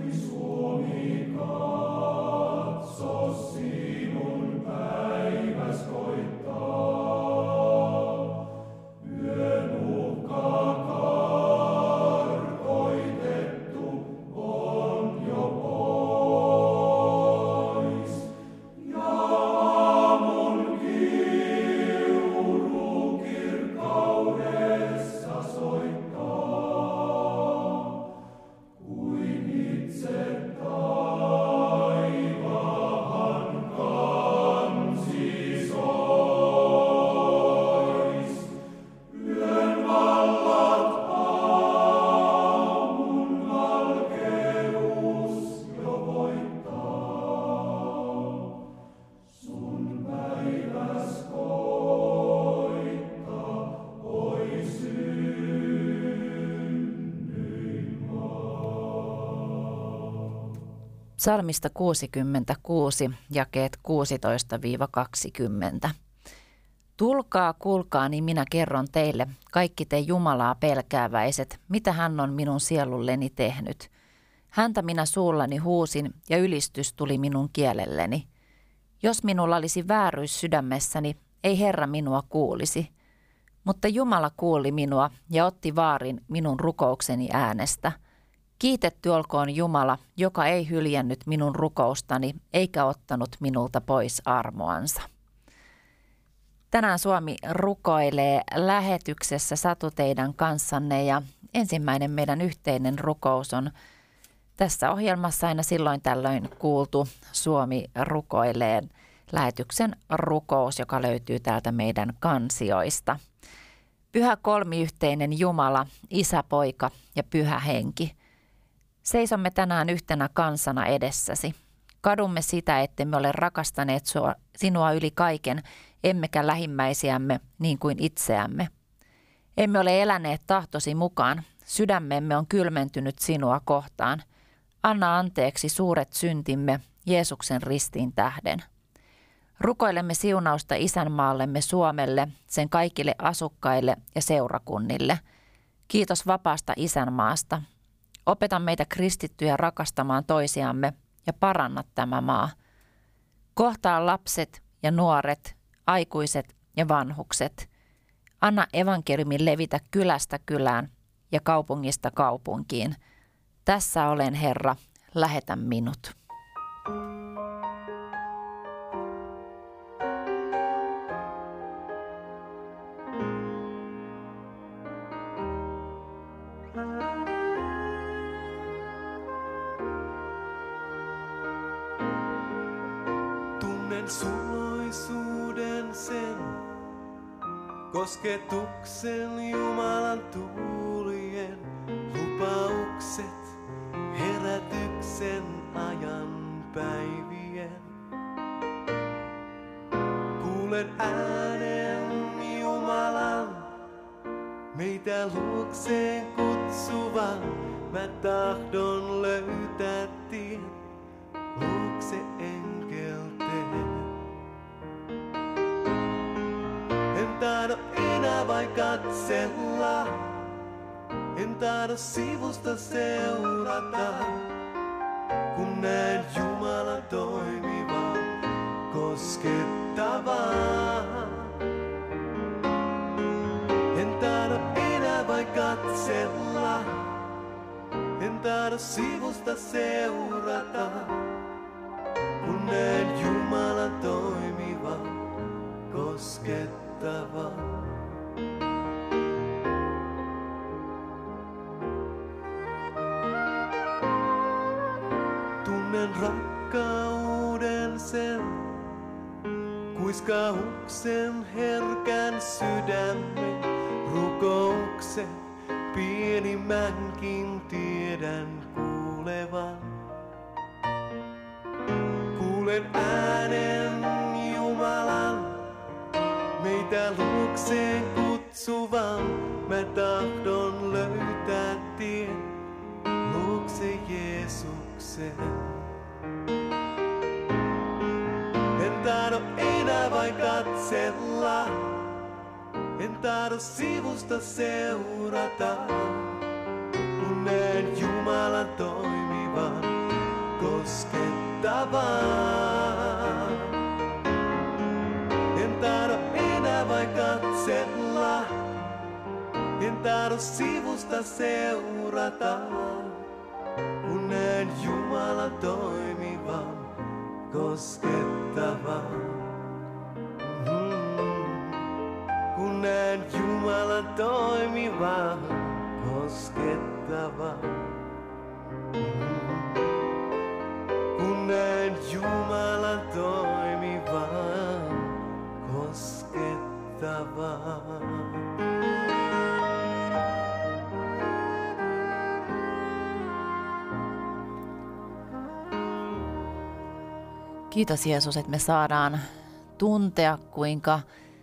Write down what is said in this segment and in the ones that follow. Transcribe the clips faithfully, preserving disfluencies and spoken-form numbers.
Psalmista kuusikymmentäkuusi, jakeet kuusitoista kaksikymmentä. Tulkaa, kuulkaa, niin minä kerron teille, kaikki te Jumalaa pelkääväiset, mitä hän on minun sielulleni tehnyt. Häntä minä suullani huusin ja ylistys tuli minun kielelleni. Jos minulla olisi vääryys sydämessäni, ei Herra minua kuulisi. Mutta Jumala kuuli minua ja otti vaarin minun rukoukseni äänestä. Kiitetty olkoon Jumala, joka ei hyljännyt minun rukoustani eikä ottanut minulta pois armoansa. Tänään Suomi rukoilee lähetyksessä Satu teidän kanssanne ja ensimmäinen meidän yhteinen rukous on tässä ohjelmassa aina silloin tällöin kuultu Suomi rukoilee lähetyksen rukous, joka löytyy täältä meidän kansioista. Pyhä kolmiyhteinen Jumala, Isä, Poika ja Pyhä Henki. Seisomme tänään yhtenä kansana edessäsi. Kadumme sitä, ettemme ole rakastaneet sua, sinua yli kaiken, emmekä lähimmäisiämme niin kuin itseämme. Emme ole eläneet tahtosi mukaan. Sydämemme on kylmentynyt sinua kohtaan. Anna anteeksi suuret syntimme Jeesuksen ristin tähden. Rukoilemme siunausta isänmaallemme Suomelle, sen kaikille asukkaille ja seurakunnille. Kiitos vapaasta isänmaasta. Opeta meitä kristittyjä rakastamaan toisiamme ja paranna tämä maa. Kohtaa lapset ja nuoret, aikuiset ja vanhukset. Anna evankeliumin levitä kylästä kylään ja kaupungista kaupunkiin. Tässä olen, Herra, lähetä minut. Suloisuuden sen, kosketuksen Jumalan tuulien, lupaukset, herätyksen ajan päivien. Kuulen äänen Jumalan, meitä luokseen kutsuvan, mä tahdon löytää tien, luokse enkelteen. En tahdo enää vain katsella, en tahdo sivusta seurata, kun näen Jumalan toimivan, koskettavan. En tahdo enää vain katsella, en tahdo sivusta seurata, kun näen Jumalan toimivan, koskettavan. Tunnen rakkauden sen, kuiskauksen herkän sydämen, rukouksen pienimmänkin tiedän kuulevan. Kuulen äänen Jumalan, meitä luokseen kutsuvan, mä tahdon löytää tien, luokse Jeesuksen. En tahdo enää vain katsella, en tahdo sivusta seurata, kun näen Jumalan toimivan, koskettavaa. En tahdo enää vain katsella, en tahdo sivusta seurata, kun näen Jumalan toimivan koskettavaa. Kun näen Jumalan toimivan koskettavaa. Kun näen Jumalan toimivan koskettavaa. Kiitos Jeesus, että me saadaan tuntea, kuinka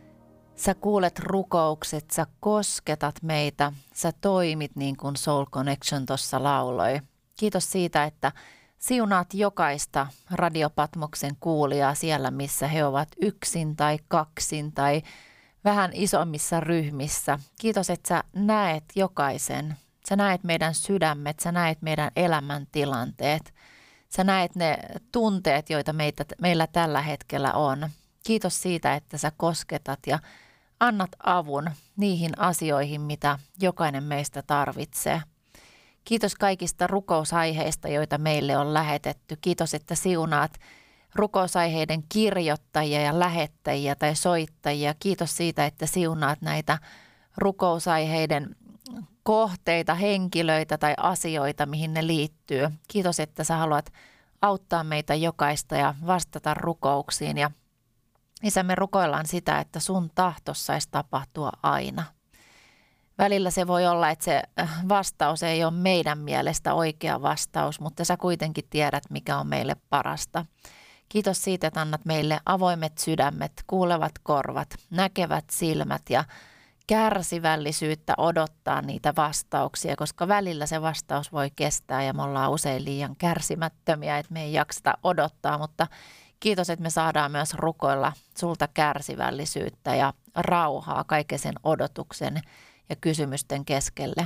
sä kuulet rukoukset, sä kosketat meitä, sä toimit niin kuin Soul Connection tuossa lauloi. Kiitos siitä, että siunaat jokaista Radio Patmoksen kuulijaa siellä, missä he ovat yksin tai kaksin tai vähän isommissa ryhmissä. Kiitos, että sä näet jokaisen. Sä näet meidän sydämet, sä näet meidän elämäntilanteet. Sä näet ne tunteet, joita meitä, meillä tällä hetkellä on. Kiitos siitä, että sä kosketat ja annat avun niihin asioihin, mitä jokainen meistä tarvitsee. Kiitos kaikista rukousaiheista, joita meille on lähetetty. Kiitos, että siunaat rukousaiheiden kirjoittajia ja lähettäjiä tai soittajia. Kiitos siitä, että siunaat näitä rukousaiheiden kohteita, henkilöitä tai asioita, mihin ne liittyy. Kiitos, että sä haluat auttaa meitä jokaista ja vastata rukouksiin. Ja Isä, me rukoillaan sitä, että sun tahtos saisi tapahtua aina. Välillä se voi olla, että se vastaus ei ole meidän mielestä oikea vastaus, mutta sä kuitenkin tiedät, mikä on meille parasta. Kiitos siitä, että annat meille avoimet sydämet, kuulevat korvat, näkevät silmät ja kärsivällisyyttä odottaa niitä vastauksia, koska välillä se vastaus voi kestää ja me ollaan usein liian kärsimättömiä, että me ei jakseta odottaa, mutta kiitos, että me saadaan myös rukoilla sulta kärsivällisyyttä ja rauhaa kaiken sen odotuksen ja kysymysten keskelle.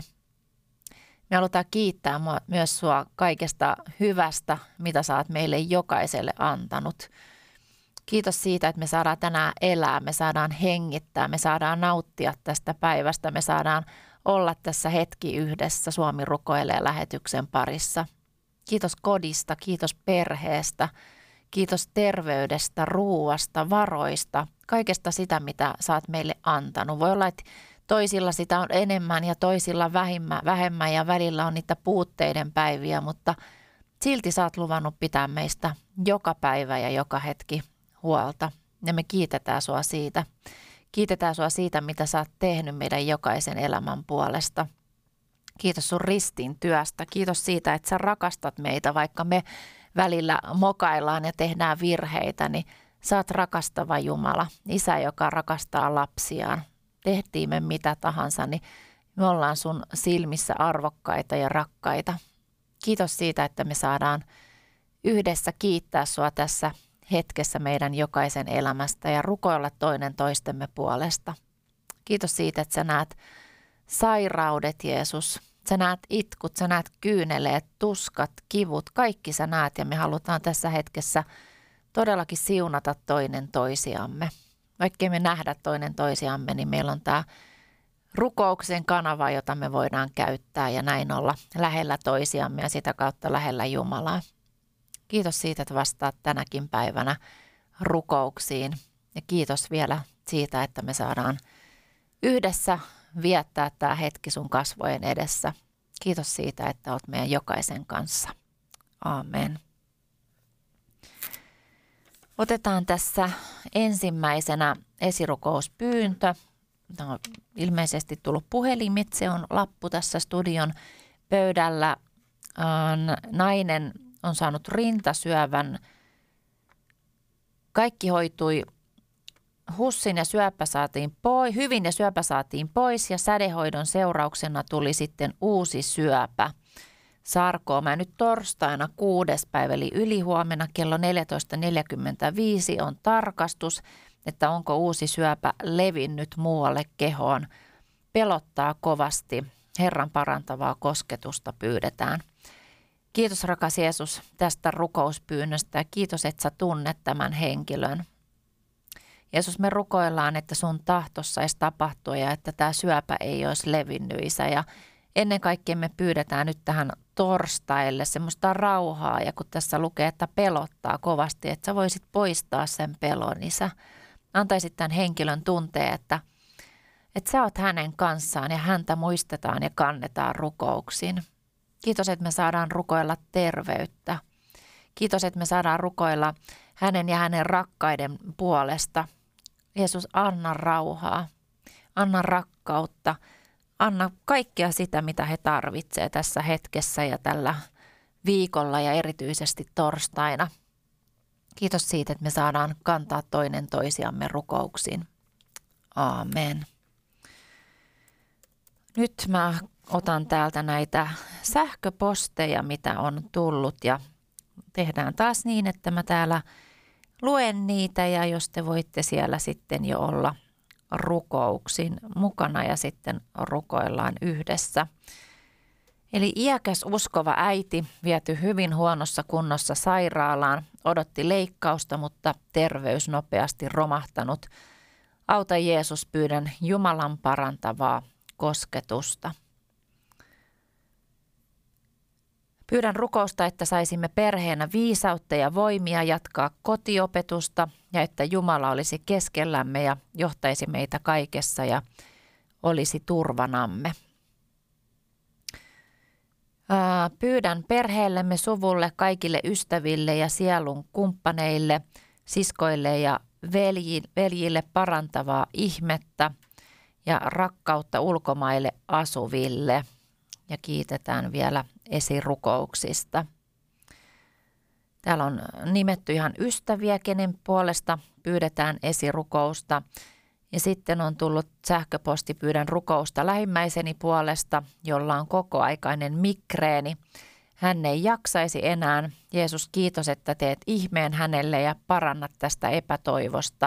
Me halutaan kiittää myös sua kaikesta hyvästä, mitä sä oot meille jokaiselle antanut. Kiitos siitä, että me saadaan tänään elää, me saadaan hengittää, me saadaan nauttia tästä päivästä, me saadaan olla tässä hetki yhdessä Suomi rukoilee lähetyksen parissa. Kiitos kodista, kiitos perheestä, kiitos terveydestä, ruuasta, varoista, kaikesta sitä, mitä sä oot meille antanut. Voi olla, että toisilla sitä on enemmän ja toisilla vähemmän, vähemmän ja välillä on niitä puutteiden päiviä, mutta silti sä oot luvannut pitää meistä joka päivä ja joka hetki huolta. Ja me kiitetään sua siitä. Kiitetään sua siitä, mitä sä oot tehnyt meidän jokaisen elämän puolesta. Kiitos sun ristin työstä. Kiitos siitä, että sä rakastat meitä, vaikka me välillä mokaillaan ja tehdään virheitä, niin sä oot rakastava Jumala. Isä, joka rakastaa lapsiaan. Tehtiin me mitä tahansa, niin me ollaan sun silmissä arvokkaita ja rakkaita. Kiitos siitä, että me saadaan yhdessä kiittää sua tässä hetkessä meidän jokaisen elämästä ja rukoilla toinen toistemme puolesta. Kiitos siitä, että sä näet sairaudet, Jeesus. Sä näet itkut, sä näet kyyneleet, tuskat, kivut, kaikki sä näet ja me halutaan tässä hetkessä todellakin siunata toinen toisiamme. Vaikkei me nähdä toinen toisiamme, niin meillä on tämä rukouksen kanava, jota me voidaan käyttää ja näin olla lähellä toisiamme ja sitä kautta lähellä Jumalaa. Kiitos siitä, että vastaat tänäkin päivänä rukouksiin ja kiitos vielä siitä, että me saadaan yhdessä viettää tämä hetki sun kasvojen edessä. Kiitos siitä, että olet meidän jokaisen kanssa. Aamen. Otetaan tässä ensimmäisenä esirukouspyyntö. Tämä on ilmeisesti tullut puhelimitse, on lappu tässä studion pöydällä. Nainen on saanut rintasyövän. Kaikki hoitui hussin ja syöpä saatiin pois, hyvin ja syöpä saatiin pois ja sädehoidon seurauksena tuli sitten uusi syöpä sarkooma. Nyt torstaina kuudes päivä eli ylihuomenna kello neljätoista neljäkymmentäviisi on tarkastus, että onko uusi syöpä levinnyt muualle kehoon. Pelottaa kovasti. Herran parantavaa kosketusta pyydetään. Kiitos rakas Jeesus tästä rukouspyynnöstä ja kiitos, että sä tunnet tämän henkilön. Jeesus, me rukoillaan, että sun tahtos saisi tapahtua ja että tämä syöpä ei olisi levinnyt, Isä. Ja ennen kaikkea me pyydetään nyt tähän torstaille semmoista rauhaa ja kun tässä lukee, että pelottaa kovasti, että sä voisit poistaa sen pelon, Isä. Antaisit tämän henkilön tunteen, että, että sä oot hänen kanssaan ja häntä muistetaan ja kannetaan rukouksiin. Kiitos, että me saadaan rukoilla terveyttä. Kiitos, että me saadaan rukoilla hänen ja hänen rakkaiden puolesta. Jeesus, anna rauhaa, anna rakkautta, anna kaikkea sitä, mitä he tarvitsevat tässä hetkessä ja tällä viikolla ja erityisesti torstaina. Kiitos siitä, että me saadaan kantaa toinen toisiamme rukouksiin. Aamen. Nyt mä otan täältä näitä sähköposteja, mitä on tullut ja tehdään taas niin, että mä täällä luen niitä ja jos te voitte siellä sitten jo olla rukouksin mukana ja sitten rukoillaan yhdessä. Eli iäkäs uskova äiti viety hyvin huonossa kunnossa sairaalaan, odotti leikkausta, mutta terveys nopeasti romahtanut. Auta Jeesus, pyydän Jumalan parantavaa kosketusta. Pyydän rukousta, että saisimme perheenä viisautta ja voimia jatkaa kotiopetusta ja että Jumala olisi keskellämme ja johtaisi meitä kaikessa ja olisi turvanamme. Pyydän perheellemme, suvulle, kaikille ystäville ja sielun kumppaneille, siskoille ja veljille parantavaa ihmettä ja rakkautta ulkomaille asuville. Ja kiitetään vielä esirukouksista. Täällä on nimetty ihan ystäviä, kenen puolesta pyydetään esirukousta. Ja sitten on tullut sähköposti, pyydän rukousta lähimmäiseni puolesta, jolla on kokoaikainen migreeni. Hän ei jaksaisi enää. Jeesus, kiitos, että teet ihmeen hänelle ja parannat tästä epätoivosta.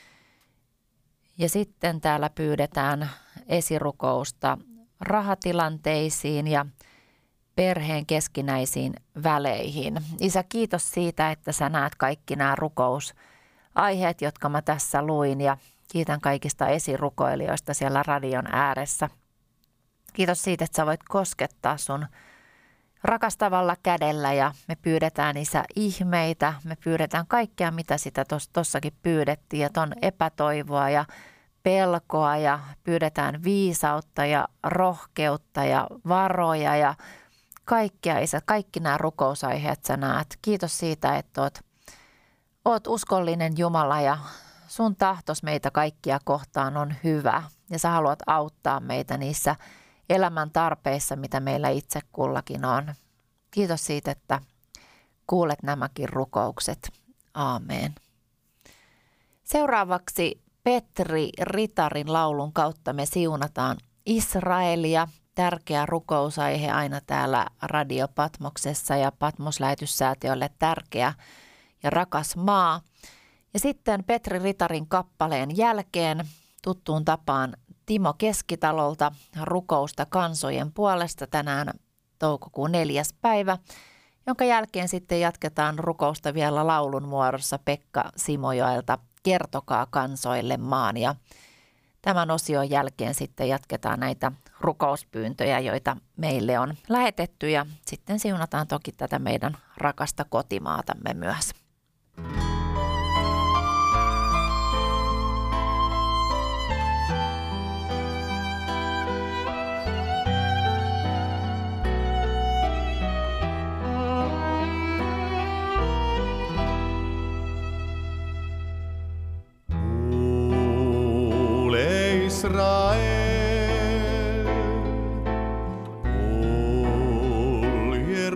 Ja sitten täällä pyydetään esirukousta rahatilanteisiin ja perheen keskinäisiin väleihin. Isä, kiitos siitä, että sä näet kaikki nämä rukousaiheet, jotka mä tässä luin ja kiitän kaikista esirukoilijoista siellä radion ääressä. Kiitos siitä, että sä voit koskettaa sun rakastavalla kädellä ja me pyydetään, Isä, ihmeitä. Me pyydetään kaikkea, mitä sitä tossakin pyydettiin ja ton epätoivoa ja pelkoa ja pyydetään viisautta ja rohkeutta ja varoja ja kaikkea, Isä, kaikki nämä rukousaiheet sä näet. Kiitos siitä, että oot, oot uskollinen Jumala ja sun tahtos meitä kaikkia kohtaan on hyvä ja sä haluat auttaa meitä niissä elämän tarpeissa, mitä meillä itse kullakin on. Kiitos siitä, että kuulet nämäkin rukoukset. Aamen. Seuraavaksi Petri Ritarin laulun kautta me siunataan Israelia. Tärkeä rukousaihe aina täällä Radio Patmoksessa ja Patmos-lähetyssäätiölle tärkeä ja rakas maa. Ja sitten Petri Ritarin kappaleen jälkeen tuttuun tapaan Timo Keskitalolta rukousta kansojen puolesta tänään toukokuun neljäs päivä, jonka jälkeen sitten jatketaan rukousta vielä laulun muodossa Pekka Simojoelta Kertokaa kansoille maan. Ja tämän osion jälkeen sitten jatketaan näitä rukouspyyntöjä, joita meille on lähetetty ja sitten siunataan toki tätä meidän rakasta kotimaatamme myös. Israel, kulje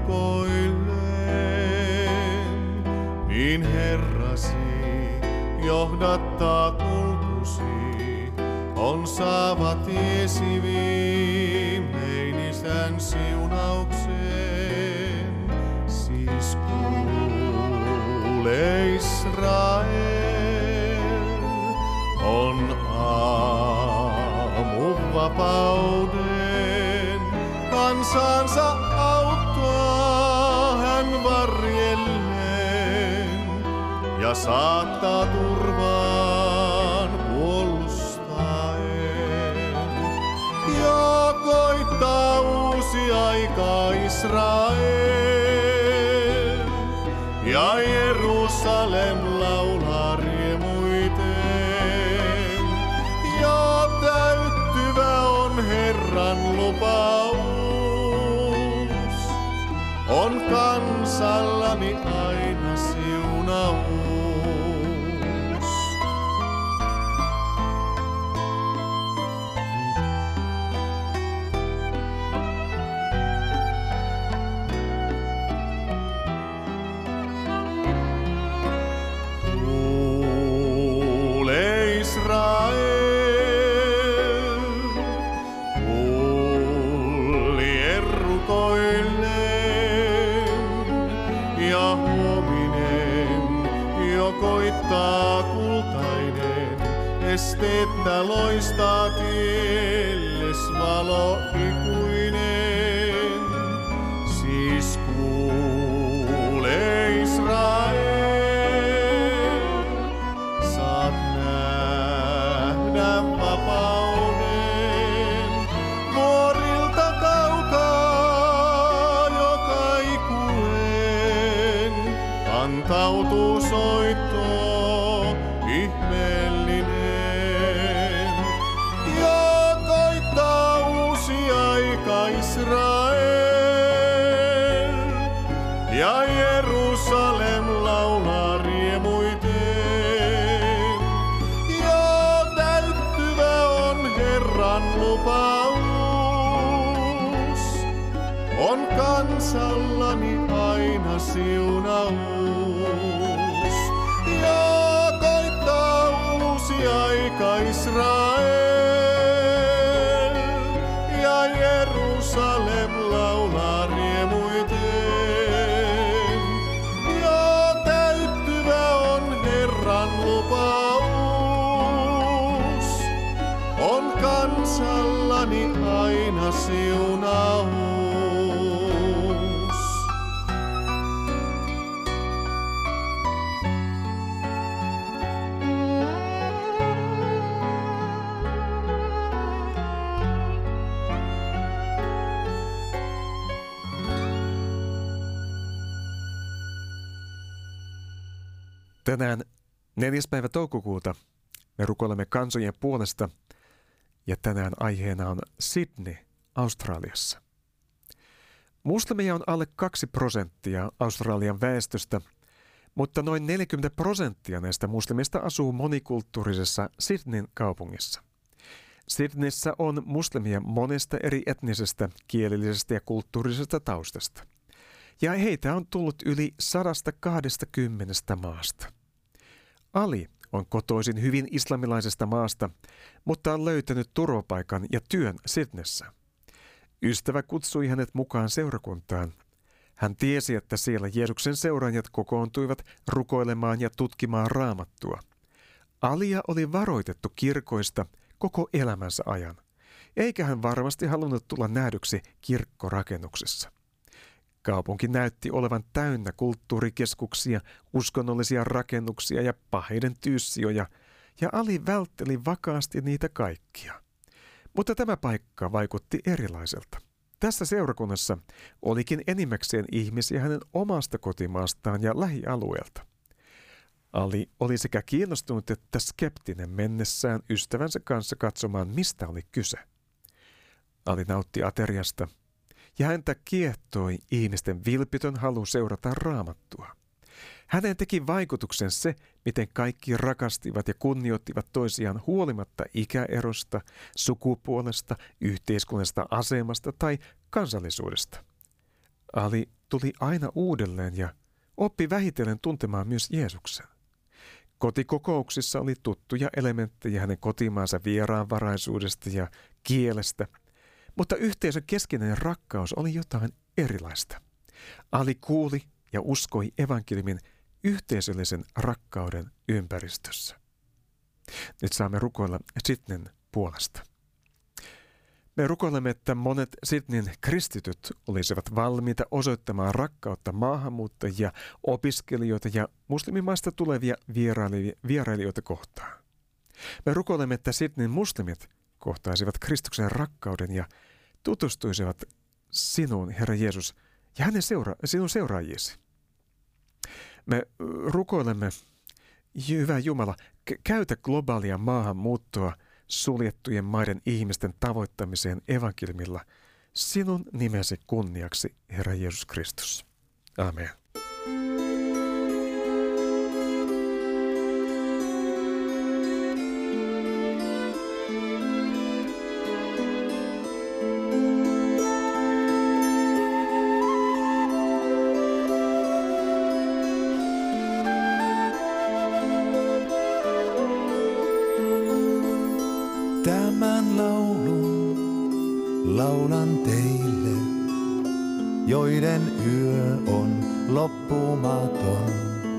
rukoilleen, niin Herrasi johdattaa kulkusi, on saava tiesi viimein Isän siunaukseen. Siis kuule Israel, on aamu vapauden kansansa auttaa. ja saattaa turvaan puolustaen. Ja koittaa uusi aika Israel, ja Jerusalem laulaa riemuiten. Ja täyttyvä on Herran lupaus, on kansallani aina siunaus. Kuule Israel, kulli errukoilleen, ja huominen jo koittaa kultainen, esteettä loistaa tielles valo ikuinen. Siis kuule Israel, saat nähdä vapauden vuorilta kaukaa joka ikuen. Kantautuu soitto ihmeellinen, ja koittaa uusi aika Israel, ja Jerusalem laulaa riemuiten. Ja täyttyvä on Herran lupaus, on kansallani aina siunaus. Ja koittaa uusi aika Israel, ja Jerusalem laulaa riemuiten. Ja täyttyvä on Herran lupaus, on kansallani aina siunaus. Tänään neljäs päivä toukokuuta me rukoilemme kansojen puolesta ja tänään aiheena on Sydney, Australiassa. Muslimeja on alle kaksi prosenttia Australian väestöstä, mutta noin neljäkymmentä prosenttia näistä muslimista asuu monikulttuurisessa Sydneyn kaupungissa. Sydneyssä on muslimia monesta eri etnisestä, kielellisestä ja kulttuurisesta taustasta. Ja heitä on tullut yli sata kaksikymmentä maasta. Ali on kotoisin hyvin islamilaisesta maasta, mutta on löytänyt turvapaikan ja työn Sydneyssä. Ystävä kutsui hänet mukaan seurakuntaan. Hän tiesi, että siellä Jeesuksen seuraajat kokoontuivat rukoilemaan ja tutkimaan Raamattua. Alia oli varoitettu kirkoista koko elämänsä ajan, eikä hän varmasti halunnut tulla nähdyksi kirkkorakennuksessa. Kaupunki näytti olevan täynnä kulttuurikeskuksia, uskonnollisia rakennuksia ja paheiden tyyssijoja, ja Ali vältteli vakaasti niitä kaikkia. Mutta tämä paikka vaikutti erilaiselta. Tässä seurakunnassa olikin enimmäkseen ihmisiä hänen omasta kotimaastaan ja lähialueelta. Ali oli sekä kiinnostunut että skeptinen mennessään ystävänsä kanssa katsomaan, mistä oli kyse. Ali nautti ateriasta, ja häntä kiehtoi ihmisten vilpitön halu seurata Raamattua. Hänen teki vaikutuksen se, miten kaikki rakastivat ja kunnioittivat toisiaan huolimatta ikäerosta, sukupuolesta, yhteiskunnallisesta asemasta tai kansallisuudesta. Ali tuli aina uudelleen ja oppi vähitellen tuntemaan myös Jeesuksen. Kotikokouksissa oli tuttuja elementtejä hänen kotimaansa vieraanvaraisuudesta ja kielestä, mutta yhteisön keskinäinen rakkaus oli jotain erilaista. Ali kuuli ja uskoi evankeliumin yhteisöllisen rakkauden ympäristössä. Nyt saamme rukoilla Sydneyn puolesta. Me rukoilemme, että monet Sydneyn kristityt olisivat valmiita osoittamaan rakkautta maahanmuuttajia, opiskelijoita ja muslimimaista tulevia vierailijoita kohtaan. Me rukoilemme, että Sydneyn muslimit kohtaisivat Kristuksen rakkauden ja tutustuisivat sinuun, Herra Jeesus, ja hänen seura- sinun seuraajisi. Me rukoilemme, hyvä Jumala, käytä globaalia maahanmuuttoa suljettujen maiden ihmisten tavoittamiseen evankeliumilla sinun nimesi kunniaksi, Herra Jeesus Kristus. Amen. Tämän laulun laulan teille, joiden yö on loppumaton.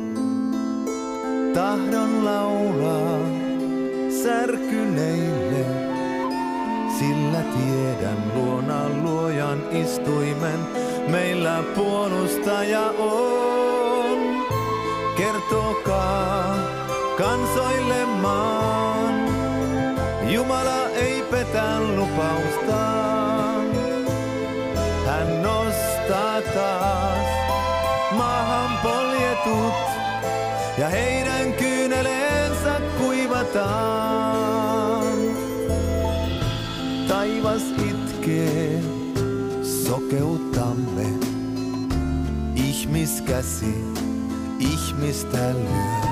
Tahdon laulaa särkyneille, sillä tiedän luona luojan istuimen. Meillä puolustaja on. Kertokaa kansoille maan. Jumala ei petä lupaustaan. Hän nostaa taas maahan poljetut ja heidän kyyneleensä kuivataan. Taivas itkee sokeuttamme. Ihmiskäsi ihmistä lyö.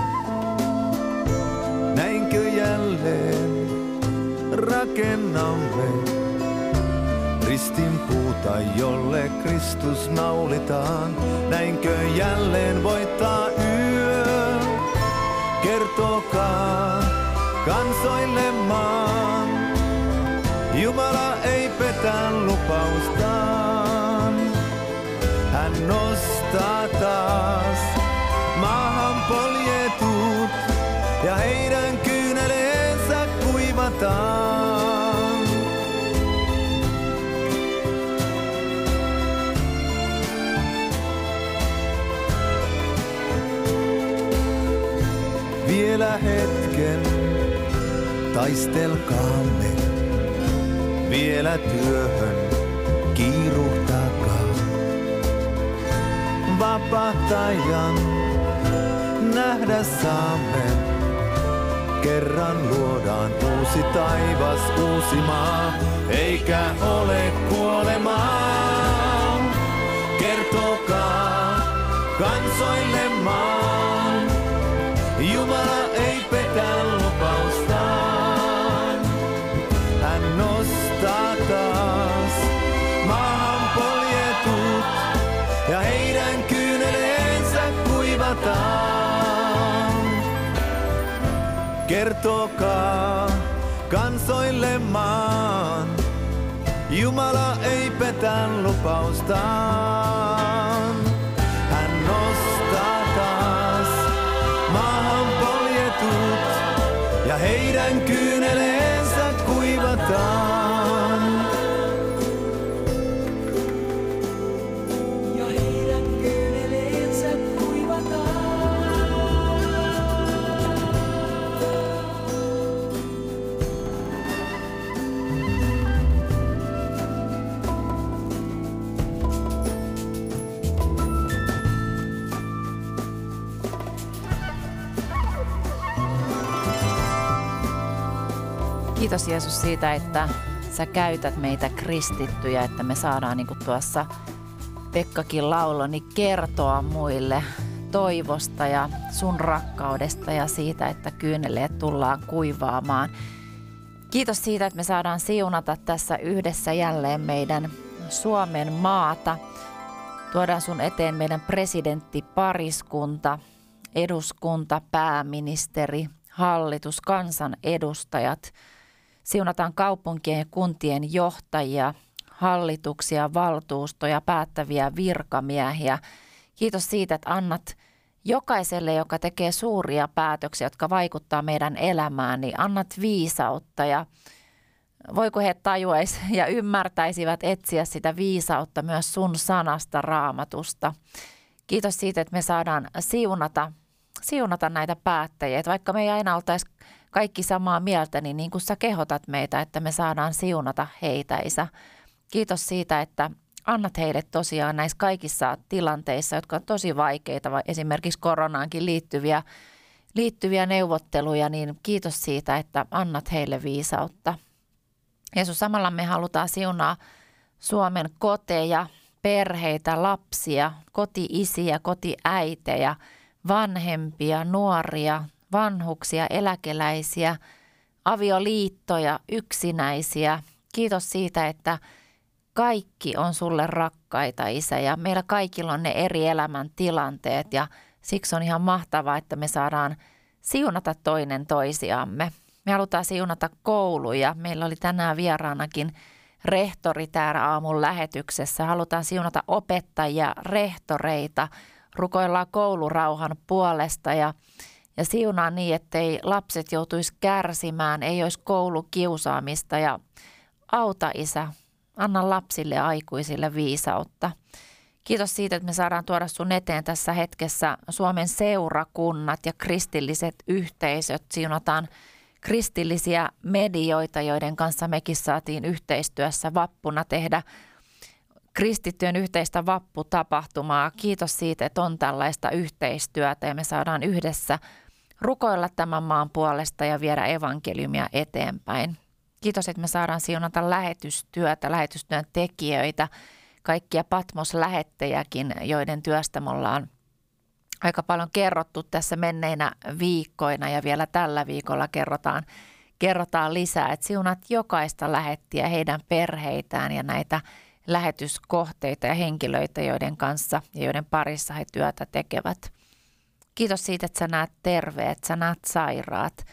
Näinkö jälleen rakennamme ristin puuta, jolle Kristus naulitaan? Näinkö jälleen voittaa yö? Kertokaa kansoille maan. Jumala ei petä lupaustaan. Hän nostaa taas maahan poljetut ja heidän kyyneleensä kuivataan. Vielä hetken taistelkaamme, vielä työhön kiiruhtakaa. Vapahtajan nähdä saamme, kerran luodaan uusi taivas, uusi maa, eikä ole kuolemaa. Kertokaa kansoille maan. Jumala ei petä lupaustaan. Hän nostaa taas maahan poljetut ja heidän kyyneleensä kuivataan. Kertokaa kansoille maan. Jumala ei petä lupaustaan. Hän nostaa taas maahan poljetut ja heidän kyyneleensä kuivataan. Ja heidän kyyneleensä kuivataan. Kiitos Jeesus siitä, että sä käytät meitä kristittyjä, että me saadaan niin kuin tuossa Pekkakin lauloi, niin kertoa muille toivosta ja sun rakkaudesta ja siitä, että kyyneleet tullaan kuivaamaan. Kiitos siitä, että me saadaan siunata tässä yhdessä jälleen meidän Suomen maata. Tuodaan sun eteen meidän presidenttipariskunta, eduskunta, pääministeri, hallitus, kansanedustajat. Siunataan kaupunkien ja kuntien johtajia, hallituksia, valtuustoja, päättäviä virkamiehiä. Kiitos siitä, että annat jokaiselle, joka tekee suuria päätöksiä, jotka vaikuttaa meidän elämään, niin annat viisautta ja voiko he tajuaisi ja ymmärtäisivät etsiä sitä viisautta myös sun sanasta, Raamatusta. Kiitos siitä, että me saadaan siunata, siunata näitä päättäjiä. Että vaikka me ei aina oltaisi kaikki samaa mieltä, niin niin kuin sä kehotat meitä, että me saadaan siunata heitä, Isä. Kiitos siitä, että annat heille tosiaan näissä kaikissa tilanteissa, jotka on tosi vaikeita, esimerkiksi koronaankin liittyviä, liittyviä neuvotteluja, niin kiitos siitä, että annat heille viisautta. Jeesus, samalla me halutaan siunaa Suomen koteja, perheitä, lapsia, koti-isiä, koti-äitejä, vanhempia, nuoria, vanhuksia, eläkeläisiä, avioliittoja, yksinäisiä. Kiitos siitä, että kaikki on sulle rakkaita, Isä, ja meillä kaikilla on ne eri elämän tilanteet ja siksi on ihan mahtavaa, että me saadaan siunata toinen toisiamme. Me halutaan siunata kouluja. Meillä oli tänään vieraanakin rehtori täällä aamun lähetyksessä. Halutaan siunata opettajia, rehtoreita, rukoillaan koulurauhan puolesta ja, ja siunaa niin, ettei lapset joutuisi kärsimään, ei olisi koulukiusaamista ja auta, Isä, anna lapsille ja aikuisille viisautta. Kiitos siitä, että me saadaan tuoda sun eteen tässä hetkessä Suomen seurakunnat ja kristilliset yhteisöt. Siunataan kristillisiä medioita, joiden kanssa mekin saatiin yhteistyössä vappuna tehdä kristittyjen yhteistä vapputapahtumaa. Kiitos siitä, että on tällaista yhteistyötä ja me saadaan yhdessä rukoilla tämän maan puolesta ja viedä evankeliumia eteenpäin. Kiitos, että me saadaan siunata lähetystyötä, lähetystyön tekijöitä, kaikkia Patmos-lähettejäkin, joiden työstä me ollaan aika paljon kerrottu tässä menneinä viikkoina ja vielä tällä viikolla kerrotaan, kerrotaan lisää, että siunat jokaista lähettiä, heidän perheitään ja näitä lähetyskohteita ja henkilöitä, joiden kanssa ja joiden parissa he työtä tekevät. Kiitos siitä, että sä näet terveet, sä näet sairaat,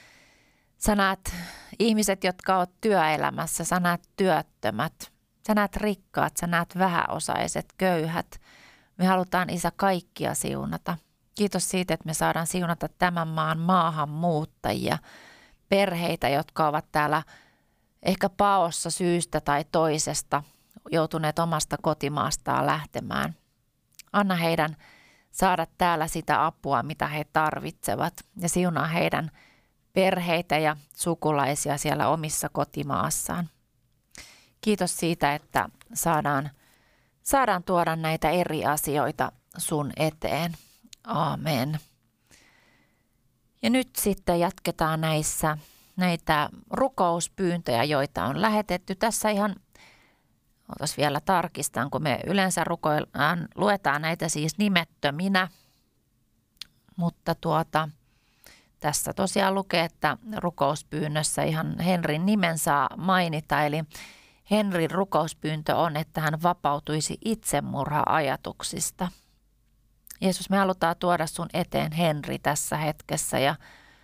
sä näet ihmiset, jotka oot työelämässä, sä näet työttömät, sä näet rikkaat, sä näet vähäosaiset, köyhät. Me halutaan, Isä, kaikkia siunata. Kiitos siitä, että me saadaan siunata tämän maan maahanmuuttajia, perheitä, jotka ovat täällä ehkä paossa syystä tai toisesta, joutuneet omasta kotimaastaan lähtemään. Anna heidän saada täällä sitä apua, mitä he tarvitsevat ja siunaa heidän perheitä ja sukulaisia siellä omissa kotimaassaan. Kiitos siitä, että saadaan, saadaan tuoda näitä eri asioita sun eteen. Aamen. Ja nyt sitten jatketaan näissä näitä rukouspyyntöjä, joita on lähetetty. Tässä ihan, otas vielä tarkistan, kun me yleensä rukoillaan, luetaan näitä siis nimettöminä, mutta tuota, tässä tosiaan lukee, että rukouspyynnössä ihan Henrin nimen saa mainita, eli Henrin rukouspyyntö on, että hän vapautuisi itsemurha-ajatuksista. Jeesus, me halutaan tuoda sun eteen Henri tässä hetkessä ja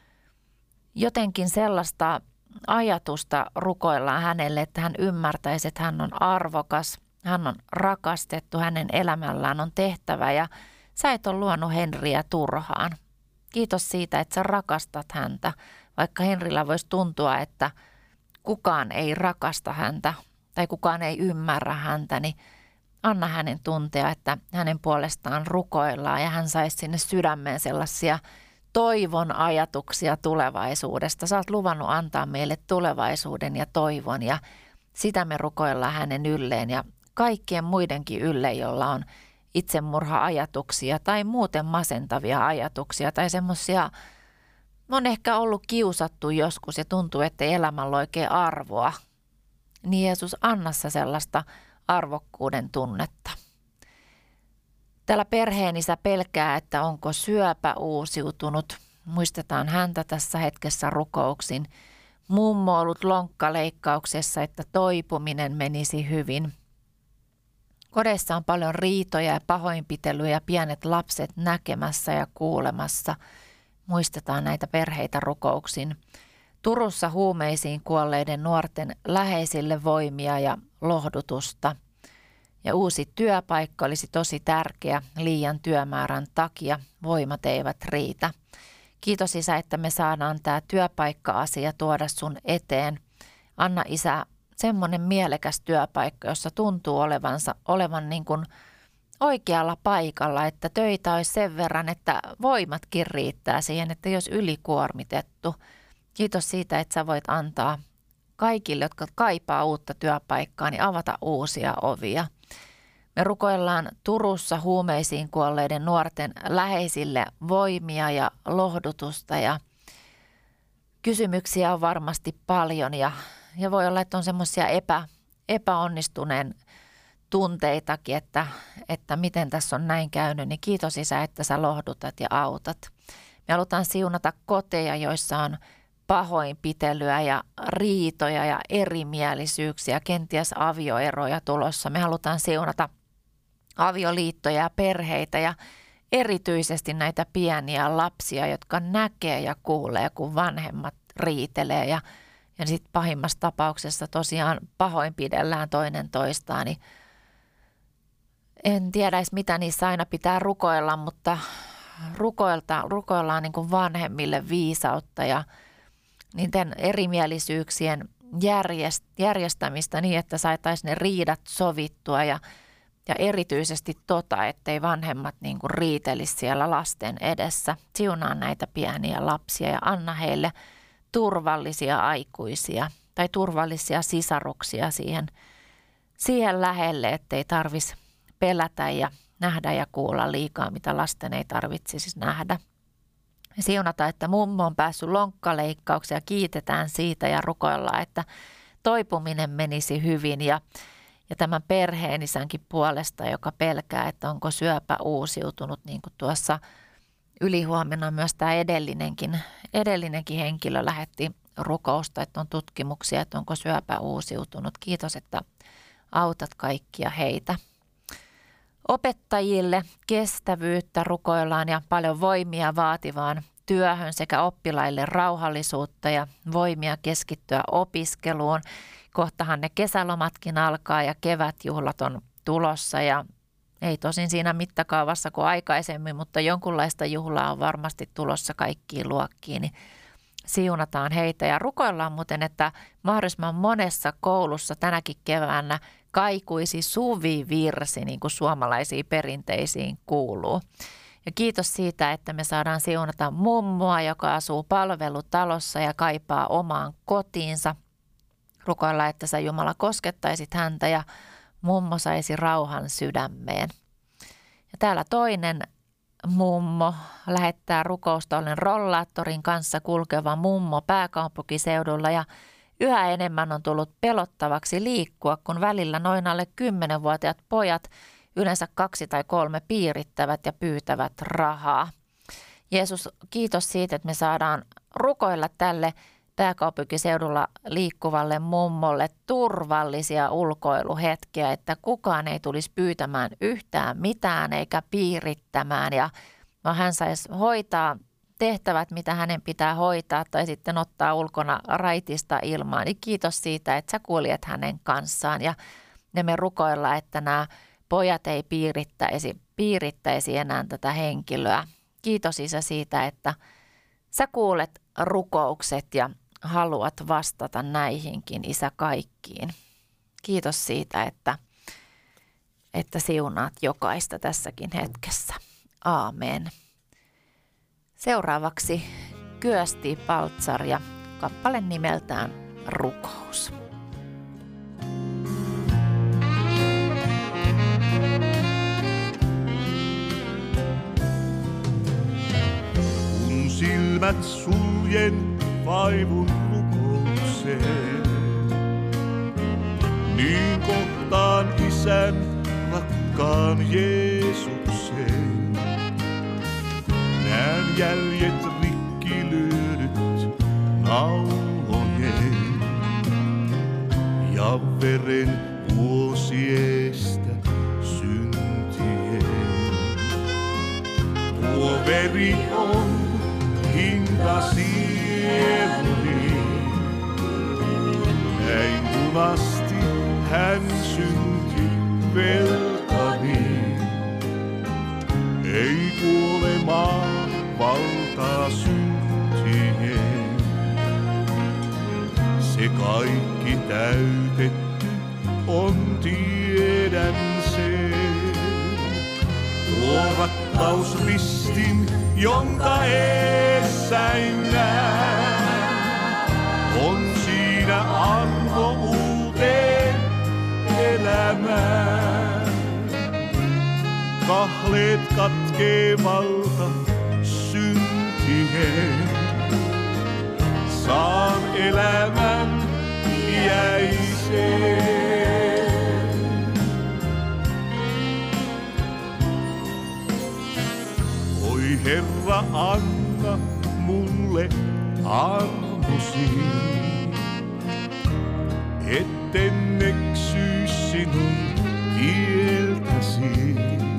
jotenkin sellaista ajatusta rukoillaan hänelle, että hän ymmärtäisi, että hän on arvokas, hän on rakastettu, hänen elämällään on tehtävä ja sä et ole luonut Henriä turhaan. Kiitos siitä, että sä rakastat häntä, vaikka Henrillä voisi tuntua, että kukaan ei rakasta häntä tai kukaan ei ymmärrä häntä, niin anna hänen tuntea, että hänen puolestaan rukoillaan ja hän saisi sinne sydämeen sellaisia toivon ajatuksia tulevaisuudesta. Sä oot luvannut antaa meille tulevaisuuden ja toivon ja sitä me rukoillaan hänen ylleen ja kaikkien muidenkin ylle, jolla on itsemurha-ajatuksia tai muuten masentavia ajatuksia tai semmoisia, on ehkä ollut kiusattu joskus ja tuntuu, että ei elämällä ole oikein arvoa. Niin Jeesus, anna sä sellaista arvokkuuden tunnetta. Täällä perheenisä pelkää, että onko syöpä uusiutunut. Muistetaan häntä tässä hetkessä rukouksin. Mummo ollut lonkkaleikkauksessa, että toipuminen menisi hyvin. Kodeissa on paljon riitoja ja pahoinpitelyjä, pienet lapset näkemässä ja kuulemassa. Muistetaan näitä perheitä rukouksin. Turussa huumeisiin kuolleiden nuorten läheisille voimia ja lohdutusta. Ja uusi työpaikka olisi tosi tärkeä liian työmäärän takia. Voimat eivät riitä. Kiitos Isä, että me saadaan tämä työpaikka-asia tuoda sun eteen. Anna Isä semmoinen mielekäs työpaikka, jossa tuntuu olevansa, olevan niin kuin oikealla paikalla, että töitä olisi sen verran, että voimatkin riittää siihen, että jos ylikuormitettu. Kiitos siitä, että sä voit antaa kaikille, jotka kaipaa uutta työpaikkaa, niin avata uusia ovia. Me rukoillaan Turussa huumeisiin kuolleiden nuorten läheisille voimia ja lohdutusta ja kysymyksiä on varmasti paljon ja, ja voi olla, että on semmoisia epä, epäonnistuneen tunteitakin, että, että miten tässä on näin käynyt, niin kiitos Isä, että sä lohdutat ja autat. Me halutaan siunata koteja, joissa on pahoinpitelyä ja riitoja ja erimielisyyksiä, kenties avioeroja tulossa. Me halutaan siunata avioliittoja ja perheitä ja erityisesti näitä pieniä lapsia, jotka näkee ja kuulee, kun vanhemmat riitelee ja, ja sitten pahimmassa tapauksessa tosiaan pahoinpidellään toinen toistaan, niin en tiedä edes mitä niissä aina pitää rukoilla, mutta rukoilta, rukoillaan niin kuin vanhemmille viisautta ja niiden erimielisyyksien järjest, järjestämistä niin, että saataisiin ne riidat sovittua ja, ja erityisesti tota, ettei vanhemmat niin kuin riitelisi siellä lasten edessä. Siunaa näitä pieniä lapsia ja anna heille turvallisia aikuisia tai turvallisia sisaruksia siihen, siihen lähelle, ettei tarvitsisi pelätä ja nähdä ja kuulla liikaa, mitä lasten ei tarvitsisi nähdä. Siunata, että mummo on päässyt lonkkaleikkaukseen ja kiitetään siitä ja rukoillaan, että toipuminen menisi hyvin ja, ja tämän perheenisänkin puolesta, joka pelkää, että onko syöpä uusiutunut, niin kuin tuossa ylihuomenna myös tämä edellinenkin, edellinenkin henkilö lähetti rukousta, että on tutkimuksia, että onko syöpä uusiutunut. Kiitos, että autat kaikkia heitä. Opettajille kestävyyttä rukoillaan ja paljon voimia vaativaan työhön sekä oppilaille rauhallisuutta ja voimia keskittyä opiskeluun. Kohtahan ne kesälomatkin alkaa ja kevätjuhlat on tulossa ja ei tosin siinä mittakaavassa kuin aikaisemmin, mutta jonkunlaista juhlaa on varmasti tulossa kaikkiin luokkiin. Niin siunataan heitä ja rukoillaan muuten, että mahdollisimman monessa koulussa tänäkin keväänä kaikuisi suvivirsi, niin kuin suomalaisiin perinteisiin kuuluu. Ja kiitos siitä, että me saadaan siunata mummoa, joka asuu palvelutalossa ja kaipaa omaan kotiinsa. Rukoilla, että sä Jumala koskettaisit häntä ja mummo saisi rauhan sydämeen. Ja täällä toinen mummo lähettää rukousta, olen rollaattorin kanssa kulkeva mummo pääkaupunkiseudulla ja yhä enemmän on tullut pelottavaksi liikkua, kun välillä noin alle kymmenvuotiaat pojat, yleensä kaksi tai kolme, piirittävät ja pyytävät rahaa. Jeesus, kiitos siitä, että me saadaan rukoilla tälle pääkaupunkiseudulla liikkuvalle mummolle turvallisia ulkoiluhetkiä, että kukaan ei tulisi pyytämään yhtään mitään eikä piirittämään ja hän saisi hoitaa tehtävät, mitä hänen pitää hoitaa tai sitten ottaa ulkona raitista ilmaan. Niin kiitos siitä, että sä kuljet hänen kanssaan ja ne me rukoillaan, että nämä pojat ei piirittäisi, piirittäisi enää tätä henkilöä. Kiitos Isä siitä, että sä kuulet rukoukset ja haluat vastata näihinkin, Isä, kaikkiin. Kiitos siitä, että, että siunaat jokaista tässäkin hetkessä. Aamen. Seuraavaksi Kyösti Paltsar ja kappale nimeltään Rukous. Kun silmät suljen vaivun rukoukseen, niin kohtaan Isän rakkaan Jeesuksen. Näen jäljet rikki lyödyt naulojen ja veren vuosiestä syntien. Tuo veri on hinta sieluni, näin kun asti hän synti velkani. Ei kuolemaa valtaa syntien, Se kaikki täytetty on, tiedän sen. Tuo rakkausristin, jonka eessäin näen, on siinä arvo uuteen elämään. Kahleet katkevalta syntien, saan elämän iäisen. Oi Herra, anna mulle armosi, etten eksyis sinun tieltäsi.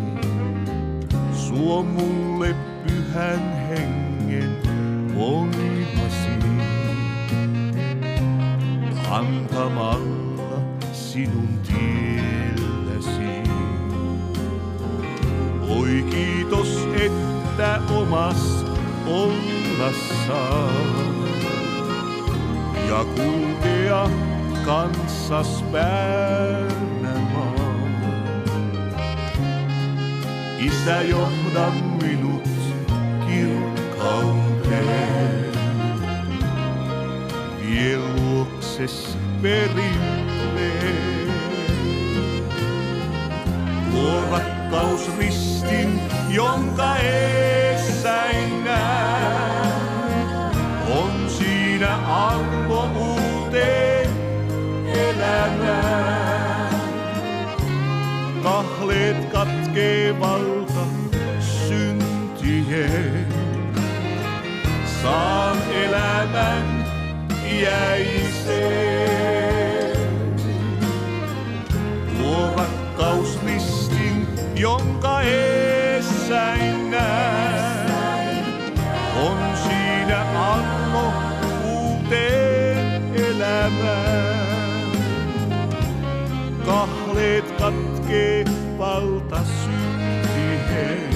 Suo mulle pyhän hengen voimasi, antamalla sinun tielläsi. Oi kiitos, että omas ollassaan ja kulkea kanssas Pärnämaan. Isä, johda minut kirkkauteen, vie luokses perille. Tuo rakkausristin, jonka eessäin näen, on siinä arvo uuteen elämään. Kahleet katkevalta syntien, saan elämän iäisen. Tuo rakkausristin, jonka eessäin näen, on siinä armo uuteen elämään. Kahleet katkevalta syntien,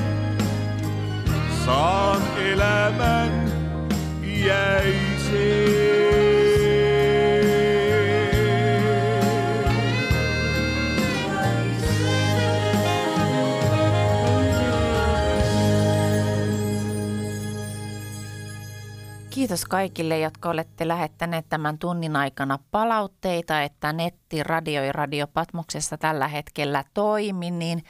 saan elämän iäisen. Kiitos kaikille, jotka olette lähettäneet tämän tunnin aikana palautteita, että netti Radio Radio Patmoksessa tällä hetkellä toimi, niin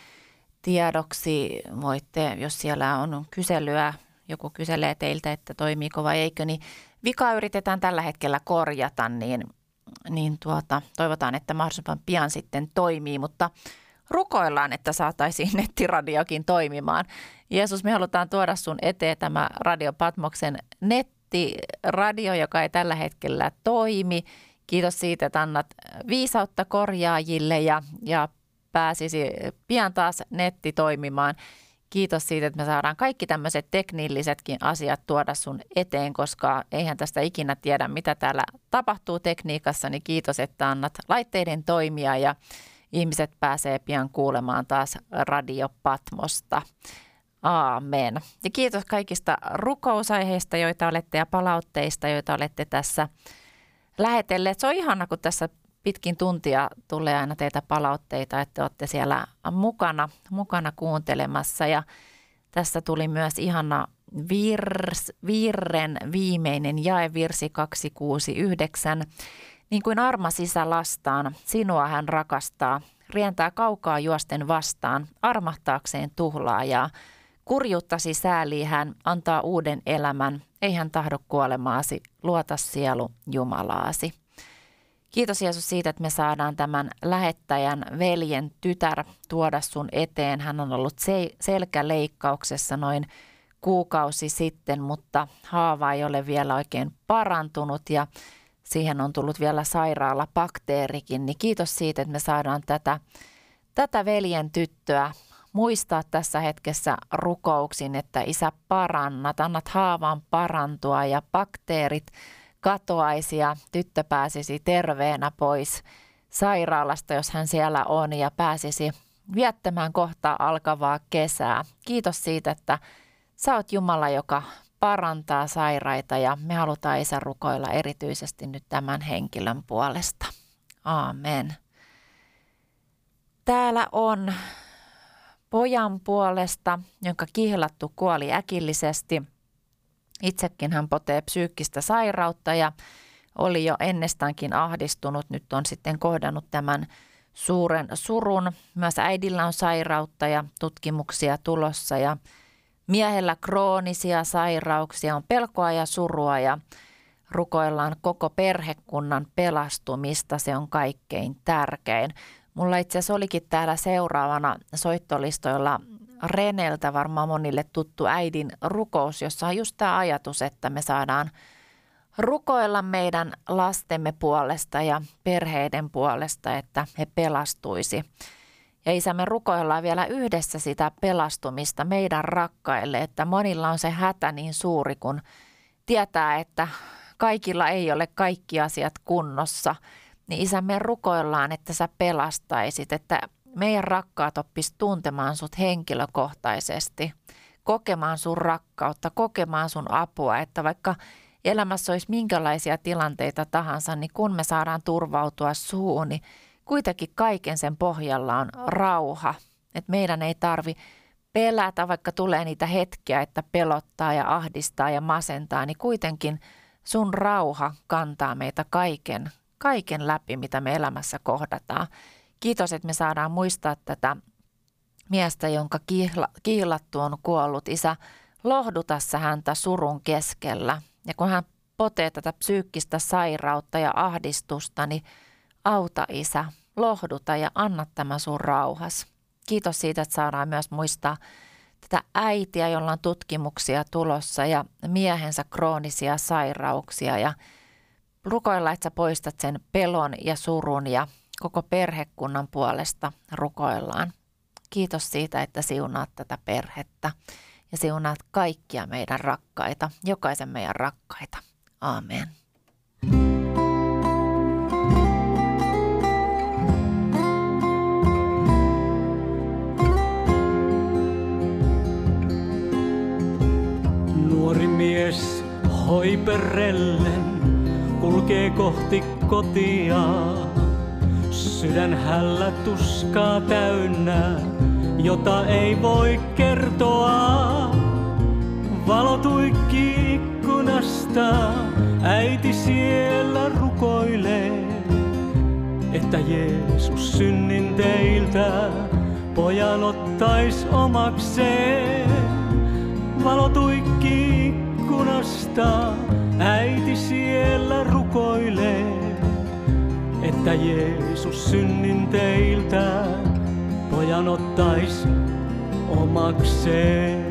tiedoksi voitte, jos siellä on kyselyä, joku kyselee teiltä, että toimiiko vai eikö, niin vika yritetään tällä hetkellä korjata, niin, niin tuota, toivotaan, että mahdollisimman pian sitten toimii, mutta rukoillaan, että saataisiin nettiradiokin toimimaan. Jeesus, me halutaan tuoda sun eteen tämä Radio Patmoksen nettiradio, joka ei tällä hetkellä toimi. Kiitos siitä, että annat viisautta korjaajille ja, ja pääsisi pian taas netti toimimaan. Kiitos siitä, että me saadaan kaikki tämmöiset teknillisetkin asiat tuoda sun eteen, koska eihän tästä ikinä tiedä, mitä täällä tapahtuu tekniikassa, niin kiitos, että annat laitteiden toimia ja ihmiset pääsee pian kuulemaan taas Radio Patmosta. Aamen. Ja kiitos kaikista rukousaiheista, joita olette ja palautteista, joita olette tässä lähetelleet. Se on ihana, kun tässä pitkin tuntia tulee aina teitä palautteita, että olette siellä mukana, mukana kuuntelemassa. Ja tässä tuli myös ihana virs, virren viimeinen jae, virsi kaksisataakuusikymmentäyhdeksän. Niin kuin armas isä lastaan, sinua hän rakastaa, rientää kaukaa juosten vastaan, armahtaakseen tuhlaajaa. Kurjuuttasi säälii hän, antaa uuden elämän, ei hän tahdo kuolemaasi, luota sielu Jumalaasi. Kiitos Jeesus siitä, että me saadaan tämän lähettäjän veljen tytär tuoda sun eteen. Hän on ollut selkäleikkauksessa noin kuukausi sitten, mutta haava ei ole vielä oikein parantunut ja siihen on tullut vielä sairaalabakteerikin. Niin kiitos siitä, että me saadaan tätä, tätä veljen tyttöä muistaa tässä hetkessä rukouksin, että Isä parannat, annat haavan parantua ja bakteerit katoaisi ja tyttö pääsisi terveenä pois sairaalasta, jos hän siellä on, ja pääsisi viettämään kohta alkavaa kesää. Kiitos siitä, että sä oot Jumala, joka parantaa sairaita ja me halutaan Isä rukoilla erityisesti nyt tämän henkilön puolesta. Aamen. Täällä on pojan puolesta, jonka kihlattu kuoli äkillisesti. Itsekin hän potee psyykkistä sairautta ja oli jo ennestäänkin ahdistunut. Nyt on sitten kohdannut tämän suuren surun. Myös äidillä on sairautta ja tutkimuksia tulossa ja miehellä kroonisia sairauksia, on pelkoa ja surua ja rukoillaan koko perhekunnan pelastumista. Se on kaikkein tärkein. Mulla itse asiassa olikin täällä seuraavana soittolistoilla Reneltä varmaan monille tuttu äidin rukous, jossa on just tämä ajatus, että me saadaan rukoilla meidän lastemme puolesta ja perheiden puolesta, että he pelastuisi. Ja Isä, me rukoillaan vielä yhdessä sitä pelastumista meidän rakkaille, että monilla on se hätä niin suuri, kun tietää, että kaikilla ei ole kaikki asiat kunnossa. Niin Isä, me rukoillaan, että sä pelastaisit, että meidän rakkaat oppis tuntemaan sut henkilökohtaisesti, kokemaan sun rakkautta, kokemaan sun apua, että vaikka elämässä olisi minkälaisia tilanteita tahansa, niin kun me saadaan turvautua suuhun, niin kuitenkin kaiken sen pohjalla on rauha. Että meidän ei tarvi pelätä, vaikka tulee niitä hetkiä, että pelottaa ja ahdistaa ja masentaa, niin kuitenkin sun rauha kantaa meitä kaiken, kaiken läpi, mitä me elämässä kohdataan. Kiitos, että me saadaan muistaa tätä miestä, jonka kihla, kihlattu on kuollut. Isä, lohduta sä häntä surun keskellä. Ja kun hän potee tätä psyykkistä sairautta ja ahdistusta, niin auta Isä, lohduta ja anna tämä sun rauhas. Kiitos siitä, että saadaan myös muistaa tätä äitiä, jolla on tutkimuksia tulossa ja miehensä kroonisia sairauksia. Ja rukoilla, että sä poistat sen pelon ja surun ja koko perhekunnan puolesta rukoillaan. Kiitos siitä, että siunaat tätä perhettä ja siunaat kaikkia meidän rakkaita, jokaisen meidän rakkaita. Aamen. Nuori mies hoiperellen kulkee kohti kotia. Sydän hällä tuskaa täynnä, jota ei voi kertoa. Valo tuikkii ikkunasta, äiti siellä rukoilee, että Jeesus synnin teiltä pojan ottais omakseen. Valo tuikkii ikkunasta, äiti siellä rukoilee, että Jeesus synnin teiltä pojan ottais omakseen.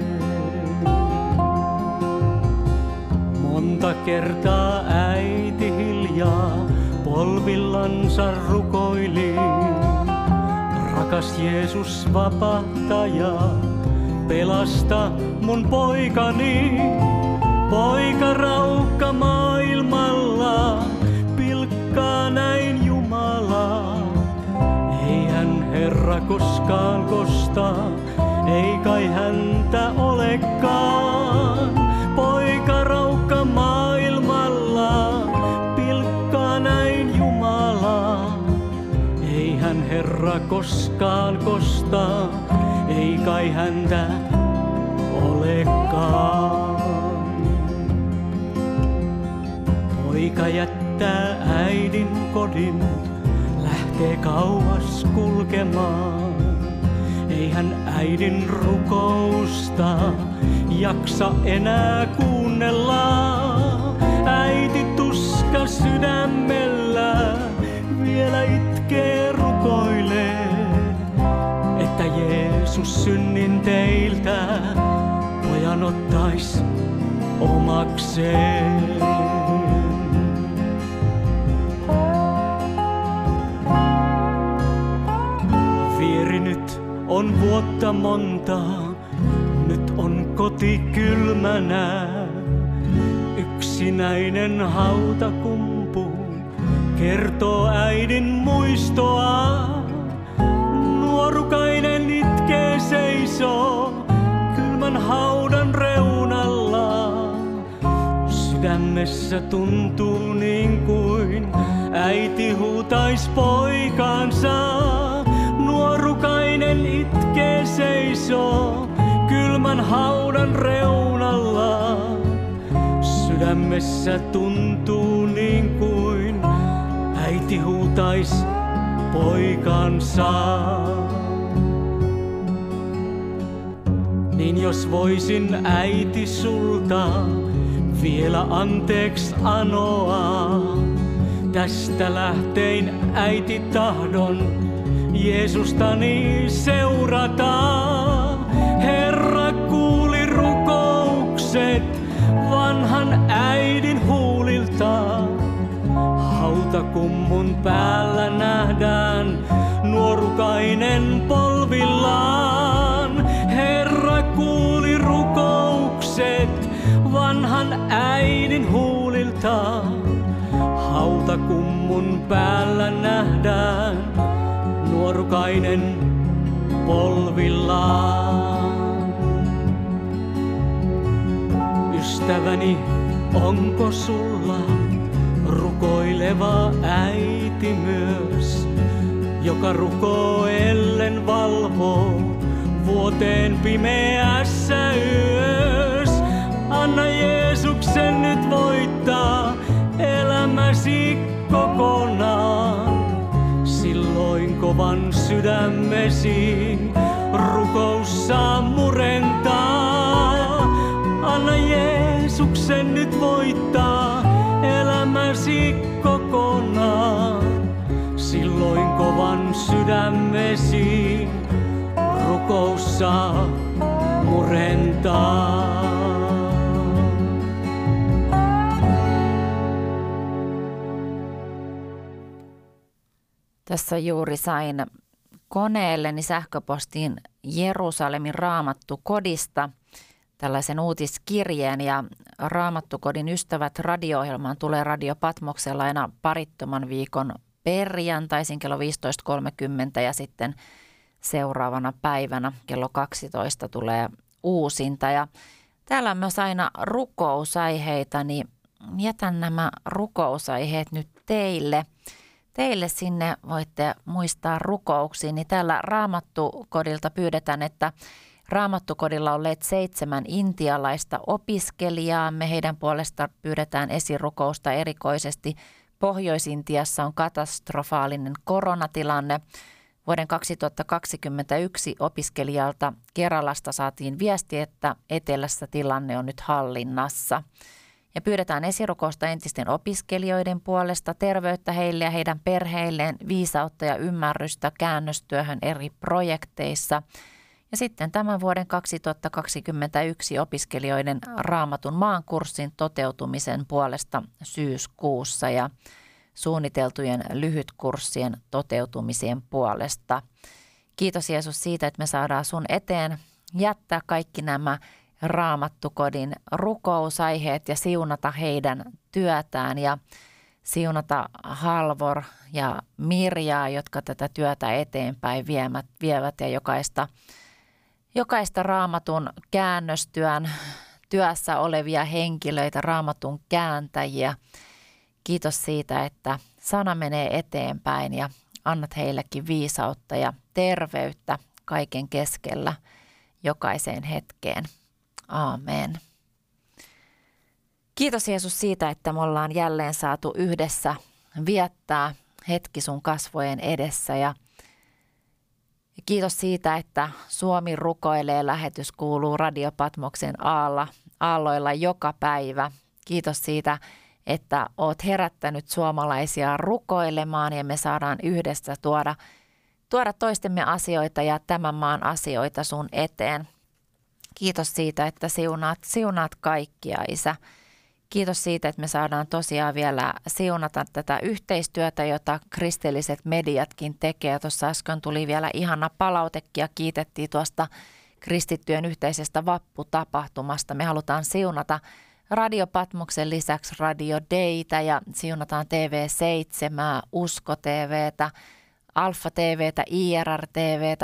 Monta kertaa äiti hiljaa polvillansa rukoili, rakas Jeesus vapahtaja, pelasta mun poikani. Poika raukka maailmalla, pilkkaa näin Jumalaa. Ei hän Herra koskaan kosta, ei kai häntä olekaan. Poika raukka maailmalla, pilkkaa näin Jumalaa. Ei hän Herra koskaan kosta, ei kai häntä olekaan. Poika jättää äidin kodin, lähtee kauas kulkemaan. Ei hän äidin rukousta jaksa enää kuunnella. Äiti tuska sydämellä vielä itkee, rukoilee, että Jeesus synnin teiltä pojan ottais omakseen. Vieri nyt on vuotta monta, nyt on koti kylmänä. Yksinäinen hautakumpu kertoo äidin muistoa. Nuorukainen itkee seisoo kylmän haudan reunalla. Sydämessä tuntuu niin kuin äiti huutais poikansa. Nuorukainen itkee seisoo kylmän haudan reunalla. Sydämessä tuntuu niin kuin äiti huutais poikansa. Niin jos voisin äiti sulta vielä anteeksi anoa, tästä lähtein äiti tahdon Jeesustani seurata. Herra kuuli rukoukset vanhan äidin huulilta. Hautakummun päällä nähdään nuorukainen polvillaan. Herra kuuli rukoukset vanhan äidin huulilta. Hautakummun päällä nähdään nuorukainen polvillaan. Ystäväni, onko sulla rukoileva äiti myös, joka rukoillen valvoo vuoteen pimeässä yös? Anna Jeesuksen nyt voittaa elämäsi kokonaan. Silloin kovan sydämesi rukous saa murentaa. Anna Jeesuksen nyt voittaa elämäsi kokonaan. Silloin kovan sydämesi rukous saa murentaa. Tässä juuri sain koneelleni sähköpostiin Jerusalemin Raamattukodista tällaisen uutiskirjeen, ja Raamattukodin ystävät radio-ohjelmaan tulee Radio Patmoksella aina parittoman viikon perjantaisin kello viisitoista kolmekymmentä ja sitten seuraavana päivänä kello kaksitoista tulee uusinta. Ja täällä on myös aina rukousaiheita, niin jätän nämä rukousaiheet nyt teille. Teille sinne voitte muistaa rukouksiin, niin täällä Raamattukodilta pyydetään, että Raamattukodilla olleet seitsemän intialaista opiskelijaamme, heidän puolesta pyydetään esirukousta erikoisesti. Pohjois-Intiassa on katastrofaalinen koronatilanne. Vuoden kaksituhattakaksikymmentäyksi opiskelijalta Keralasta saatiin viesti, että etelässä tilanne on nyt hallinnassa. Ja pyydetään esirukousta entisten opiskelijoiden puolesta, terveyttä heille ja heidän perheilleen, viisautta ja ymmärrystä käännöstyöhön eri projekteissa. Ja sitten tämän vuoden kaksituhattakaksikymmentäyksi opiskelijoiden Raamatun maankurssin toteutumisen puolesta syyskuussa ja suunniteltujen lyhytkurssien toteutumisien puolesta. Kiitos Jeesus siitä, että me saadaan sun eteen jättää kaikki nämä Raamattukodin rukousaiheet ja siunata heidän työtään ja siunata Halvor ja Mirjaa, jotka tätä työtä eteenpäin viemät, vievät ja jokaista, jokaista Raamatun käännöstyön työssä olevia henkilöitä, Raamatun kääntäjiä. Kiitos siitä, että sana menee eteenpäin ja annat heillekin viisautta ja terveyttä kaiken keskellä jokaiseen hetkeen. Aamen. Kiitos Jeesus siitä, että me ollaan jälleen saatu yhdessä viettää hetki sun kasvojen edessä. Ja kiitos siitä, että Suomi rukoilee lähetys kuuluu Radio Patmoksen aalla, aalloilla joka päivä. Kiitos siitä, että oot herättänyt suomalaisia rukoilemaan ja me saadaan yhdessä tuoda, tuoda toistemme asioita ja tämän maan asioita sun eteen. Kiitos siitä, että siunaat, siunaat kaikkia, Isä. Kiitos siitä, että me saadaan tosiaan vielä siunata tätä yhteistyötä, jota kristilliset mediatkin tekee. Tuossa äsken tuli vielä ihana palautekin ja kiitettiin tuosta kristittyjen yhteisestä vapputapahtumasta. Me halutaan siunata Radio Patmoksen lisäksi Radio Daytä ja siunataan T V seitsemän, Usko T V:tä, Alfa T V:tä, I R R T V:tä,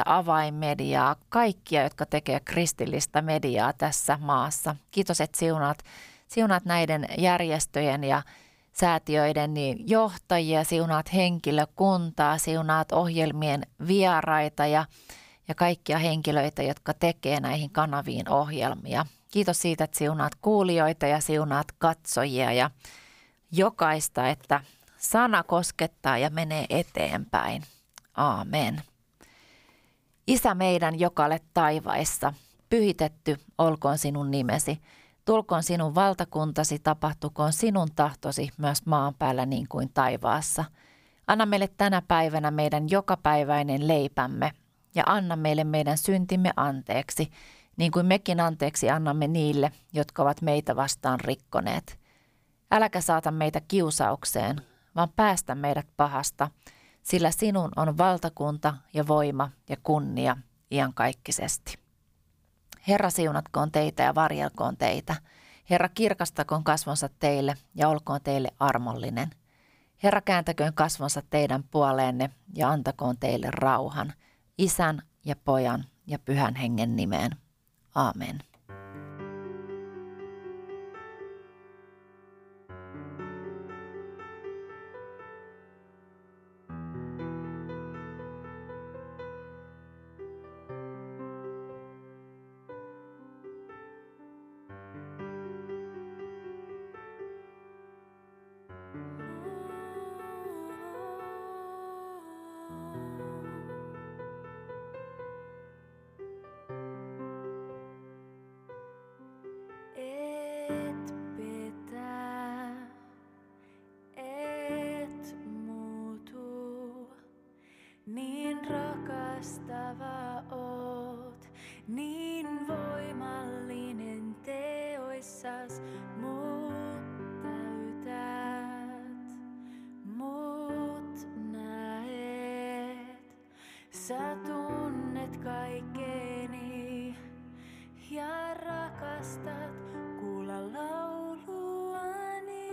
Avainmediaa, kaikkia, jotka tekee kristillistä mediaa tässä maassa. Kiitos, että siunaat Siunaat näiden järjestöjen ja säätiöiden niin johtajia, siunaat henkilökuntaa, siunaat ohjelmien vieraita ja, ja kaikkia henkilöitä, jotka tekee näihin kanaviin ohjelmia. Kiitos siitä, että siunaat kuulijoita ja siunaat katsojia ja jokaista, että sana koskettaa ja menee eteenpäin. Aamen. Isä meidän, joka olet taivaissa, pyhitetty olkoon sinun nimesi. Tulkoon sinun valtakuntasi, tapahtukoon sinun tahtosi myös maan päällä niin kuin taivaassa. Anna meille tänä päivänä meidän jokapäiväinen leipämme ja anna meille meidän syntimme anteeksi, niin kuin mekin anteeksi annamme niille, jotka ovat meitä vastaan rikkoneet. Äläkä saata meitä kiusaukseen, vaan päästä meidät pahasta, sillä sinun on valtakunta ja voima ja kunnia iankaikkisesti. Herra siunatkoon teitä ja varjelkoon teitä. Herra kirkastakoon kasvonsa teille ja olkoon teille armollinen. Herra kääntäköön kasvonsa teidän puoleenne ja antakoon teille rauhan. Isän ja Pojan ja Pyhän Hengen nimeen. Aamen. Sä tunnet kaikkeni ja rakastat kuulla lauluani.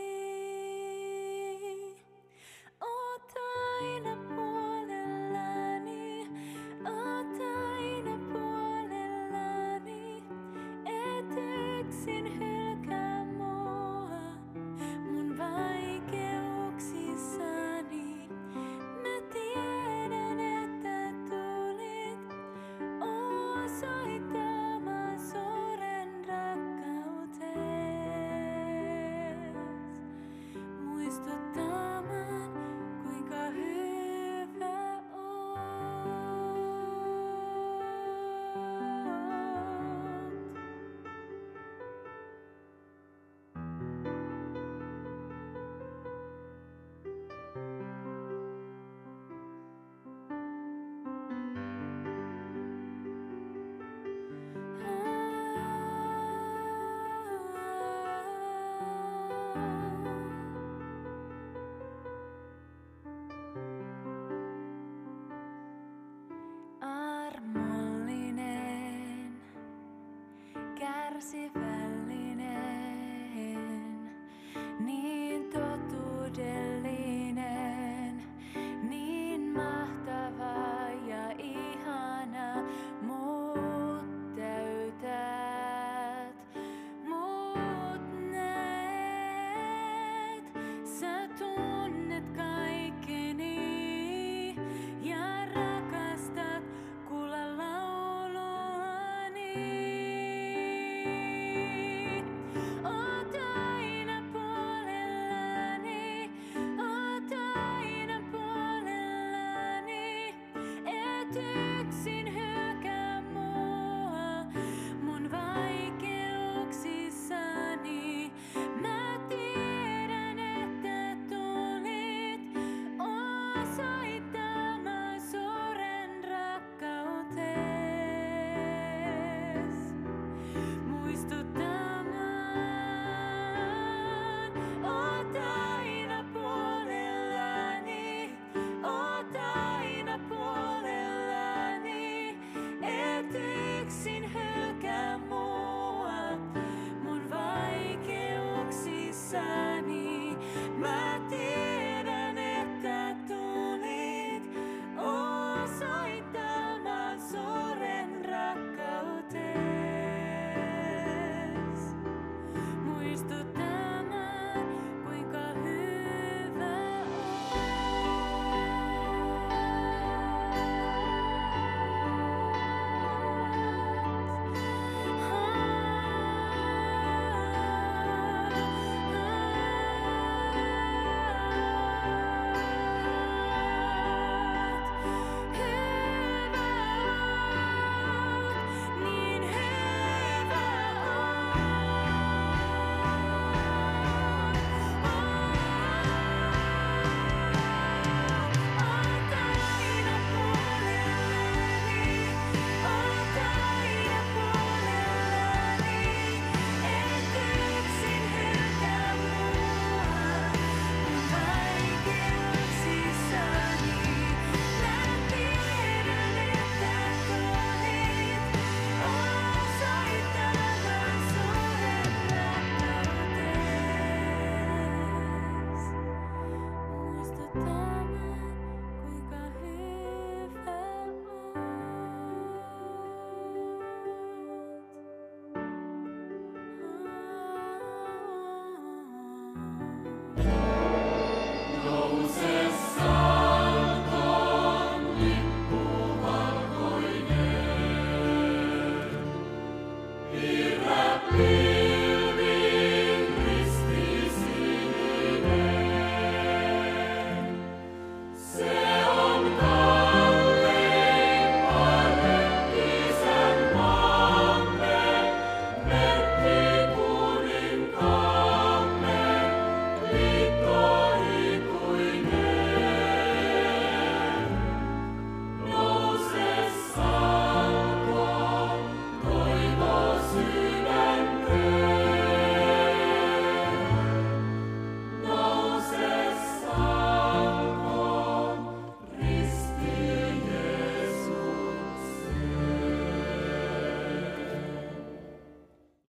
Oot aina puolellani, oot aina puolellani, et yksin hylkää mua mun vaikeuksissani. Mä tiedän, että tulit osoittamaan suuren rakkautees, muistuttamaan kuinka hyvä oot. Armollinen, kärsivä.